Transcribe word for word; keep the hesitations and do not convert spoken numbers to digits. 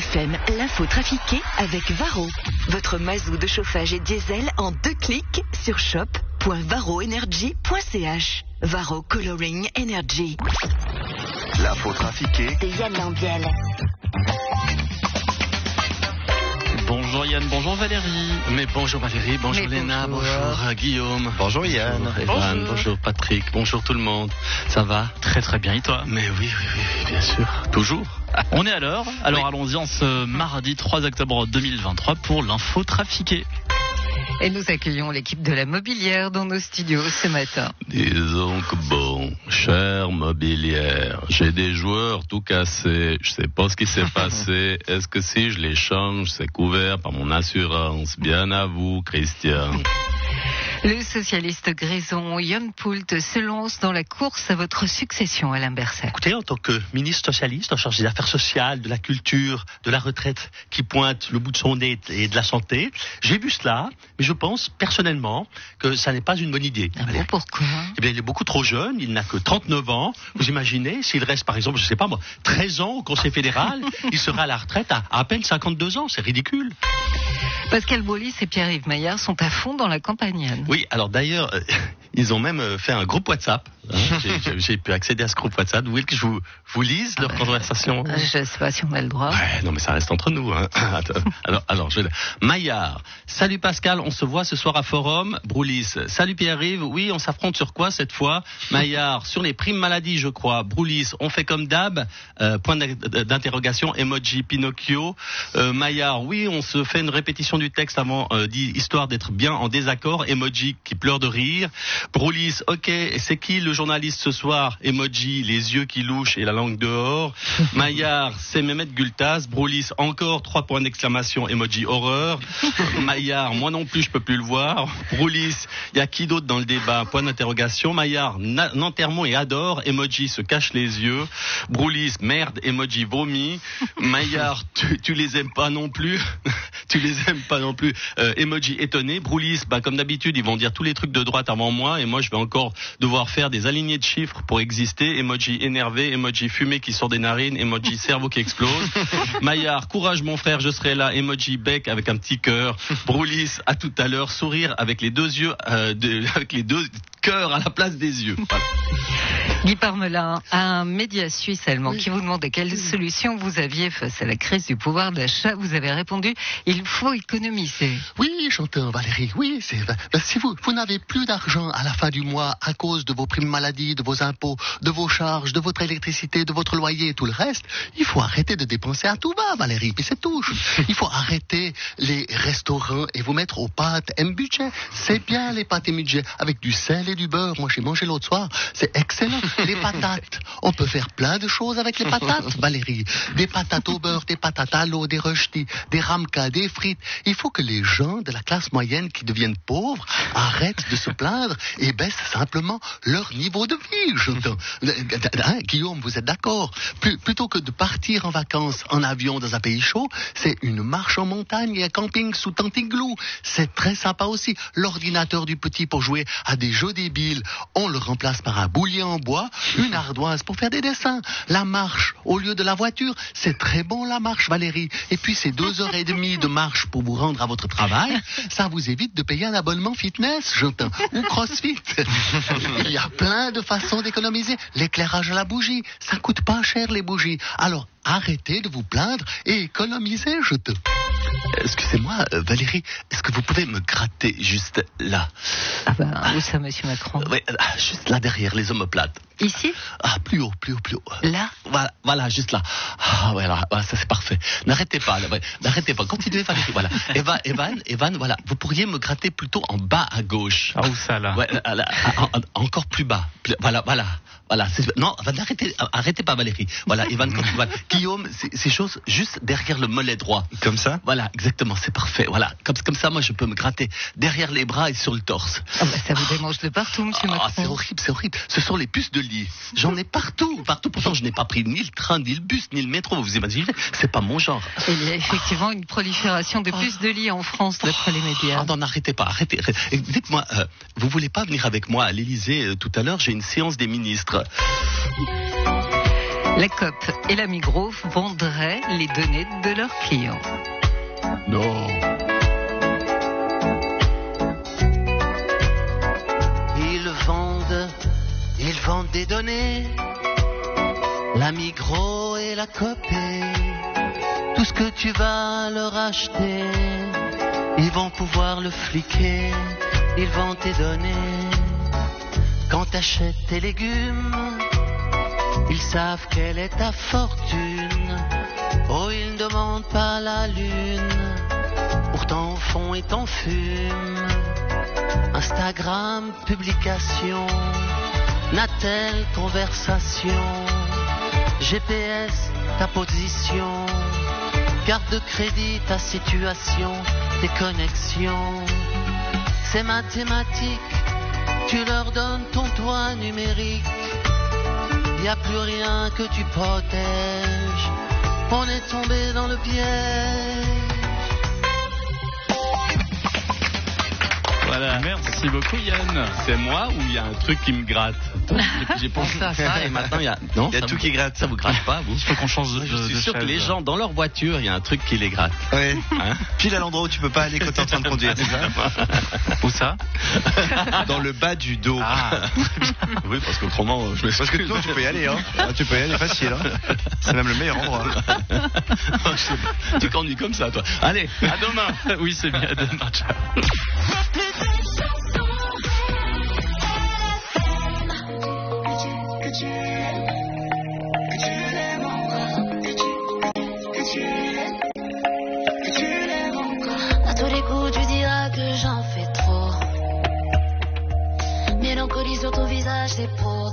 F M, l'info trafiquée avec Varro. Votre mazou de chauffage et diesel en deux clics sur shop point varro energy point c h. Varro Coloring Energy. L'info trafiquée de Yann Lambiel. Bonjour Yann, bonjour Valérie. Mais bonjour Valérie, bonjour Mais Léna, bonjour, bonjour Guillaume. Bonjour Yann. Bonjour Evan, bonjour. bonjour Patrick, bonjour tout le monde. Ça va? Très très bien, et toi? Mais oui, oui, oui, bien sûr, toujours. On est à l'heure, alors Oui. allons-y en ce mardi trois octobre deux mille vingt-trois pour l'info trafiquée. Et nous accueillons l'équipe de la mobilière dans nos studios ce matin. Disons que bon, chère mobilière, j'ai des joueurs tout cassés, je sais pas ce qui s'est passé. Est-ce que si je les change, c'est couvert par mon assurance? Bien à vous, Christian. Le socialiste Grison, Yann Poult, se lance dans la course à votre succession, Alain Berset. Écoutez, en tant que ministre socialiste en charge des affaires sociales, de la culture, de la retraite, qui pointe le bout de son nez et de la santé, j'ai vu cela, mais je pense personnellement que ça n'est pas une bonne idée. Ah bon, pourquoi? Eh bien, il est beaucoup trop jeune, il n'a que trente-neuf ans. Vous imaginez, s'il reste par exemple, je sais pas moi, treize ans au Conseil fédéral, il sera à la retraite à à, à peine cinquante-deux ans, c'est ridicule. Pascal Broulis et Pierre-Yves Maillard sont à fond dans la campagne. Anne. Oui, alors d'ailleurs, euh, ils ont même euh, fait un groupe WhatsApp. Hein. J'ai, j'ai, j'ai pu accéder à ce groupe WhatsApp. Vous voulez que je vous, vous lise leur Ah bah, conversation? Je ne sais pas si on a le droit. Ouais, non mais ça reste entre nous. Hein. alors, alors, je vais... Maillard, salut Pascal, on se voit ce soir à Forum. Broulis, salut Pierre-Yves, oui, on s'affronte sur quoi cette fois? Maillard, sur les primes maladie, je crois. Broulis, on fait comme d'hab. Euh, point d'interrogation, emoji Pinocchio. Euh, Maillard, oui, on se fait une répétition du texte avant, euh, dit, histoire d'être bien en désaccord. Emoji qui pleure de rire. Broulis, ok, c'est qui le journaliste ce soir? Emoji, les yeux qui louchent et la langue dehors. Maillard, c'est Mehmet Gultaz. Broulis, encore trois points d'exclamation. Emoji horreur. Maillard, moi non plus, je peux plus le voir. Broulis, il y a qui d'autre dans le débat? Point d'interrogation. Maillard, Nantermont et adore. Emoji se cache les yeux. Broulis, merde. Emoji vomi. Maillard, tu, tu les aimes pas non plus. Tu les aimes pas non plus. Euh, emoji étonné. Broulis, bah, comme d'habitude, ils vont dire tous les trucs de droite avant moi et moi je vais encore devoir faire des alignés de chiffres pour exister. Emoji énervé, emoji fumée qui sort des narines, emoji cerveau qui explose. Maillard, courage mon frère, je serai là. Emoji bec avec un petit cœur. Broulis, à tout à l'heure. Sourire avec les deux yeux, euh, de, avec les deux cœurs à la place des yeux. Voilà. Guy Parmelin, un média suisse allemand oui. qui vous demandait quelle solution vous aviez face à la crise du pouvoir d'achat. Vous avez répondu, il faut économiser. Oui, j'entends Valérie, oui. C'est, ben, si vous, vous n'avez plus d'argent à la fin du mois à cause de vos primes maladie, de vos impôts, de vos charges, de votre électricité, de votre loyer et tout le reste, il faut arrêter de dépenser à tout va, Valérie, puis c'est tout. Il faut arrêter les restaurants et vous mettre aux pâtes M budget. C'est bien les pâtes M budget avec du sel et du beurre. Moi, j'ai mangé l'autre soir, c'est excellent. Les patates, on peut faire plein de choses avec les patates, Valérie. Des patates au beurre, des patates à l'eau, des rösti, des ramkas, des frites. Il faut que les gens de la classe moyenne qui deviennent pauvres arrêtent de se plaindre et baissent simplement leur niveau de vie. J'entends. Hein, Guillaume, vous êtes d'accord? Plus, Plutôt que de partir en vacances en avion dans un pays chaud, c'est une marche en montagne et un camping sous Tantiglou. C'est très sympa aussi. L'ordinateur du petit pour jouer à des jeux débiles, on le remplace par un boulier en bois, une ardoise pour faire des dessins. La marche au lieu de la voiture, c'est très bon la marche, Valérie. Et puis ces deux heures et demie de marche pour vous rendre à votre travail, ça vous évite de payer un abonnement fitness, j'entends, ou crossfit. Il y a plein de façons d'économiser. L'éclairage à la bougie, ça coûte pas cher les bougies. Alors arrêtez de vous plaindre et économisez, je te... Excusez-moi, euh, Valérie, est-ce que vous pouvez me gratter juste là? Ah ben, où ça, monsieur Macron? Oui, euh, juste là derrière, les omoplates. Ici? Ah, plus haut, plus haut, plus haut. Là? Voilà, voilà, juste là. Ah, voilà, voilà, ça c'est parfait. N'arrêtez pas, là, ouais, n'arrêtez pas. Continuez, Valérie, voilà. Eva, Evan, Evan, voilà. Vous pourriez me gratter plutôt en bas à gauche. Ah, où ça, là? Ouais, là, là, en, en, encore plus bas. Plus, voilà, voilà. Voilà, c'est, non, arrêtez, arrêtez pas Valérie. Voilà, Evan, voilà. Guillaume, c'est, c'est chose juste derrière le mollet droit. Comme ça? Voilà, exactement, c'est parfait. Voilà, comme, comme ça, moi, je peux me gratter derrière les bras et sur le torse. Ah bah, ça vous démange de partout, monsieur ah, Macron. C'est horrible, c'est horrible. Ce sont les puces de lit. J'en ai partout, partout. Pourtant, je n'ai pas pris ni le train, ni le bus, ni le métro. Vous imaginez? C'est pas mon genre. Et il y a effectivement une prolifération de puces de lit en France, d'après les médias. Ah non, n'arrêtez pas, arrêtez. Dites-moi, euh, vous voulez pas venir avec moi à l'Élysée euh, tout à l'heure? J'ai une séance des ministres. La Coop et la Migros vendraient les données de leurs clients. Non. Ils vendent, ils vendent des données. La Migros et la Coop. Tout ce que tu vas leur acheter, ils vont pouvoir le fliquer. Ils vont te donner. Quand t'achètes tes légumes, ils savent quelle est ta fortune. Oh, ils ne demandent pas la lune. Pourtant au fond ils t'en fument. Instagram, publication, Natel, conversation, G P S, ta position, carte de crédit, ta situation, tes connexions. C'est mathématique, tu leur donnes ton toit numérique. Y a plus rien que tu protèges. On est tombé dans le piège. Voilà. Merci beaucoup Yann. C'est moi ou il y a un truc qui me gratte? J'ai pensé à ça et maintenant il y a... Non, Il y a ça tout vous- qui gratte. Ça vous gratte pas, vous? Il faut qu'on change de, Je suis de sûr que chaise. les gens, dans leur voiture, il y a un truc qui les gratte. Ouais. Hein? Pile à l'endroit où tu peux pas aller quand t'es en train de conduire, c'est ça? Où ça? Dans le bas du dos. Ah, Oui, parce qu'autrement, je Parce que non, tu peux y aller, hein. Ah, tu peux y aller facile, hein. C'est même le meilleur endroit. Tu conduis comme ça, toi. Allez, à demain. oui, c'est bien. À demain, ciao. À tous les coups, tu diras que j'en fais trop. Mélancolie sur ton visage, c'est pro.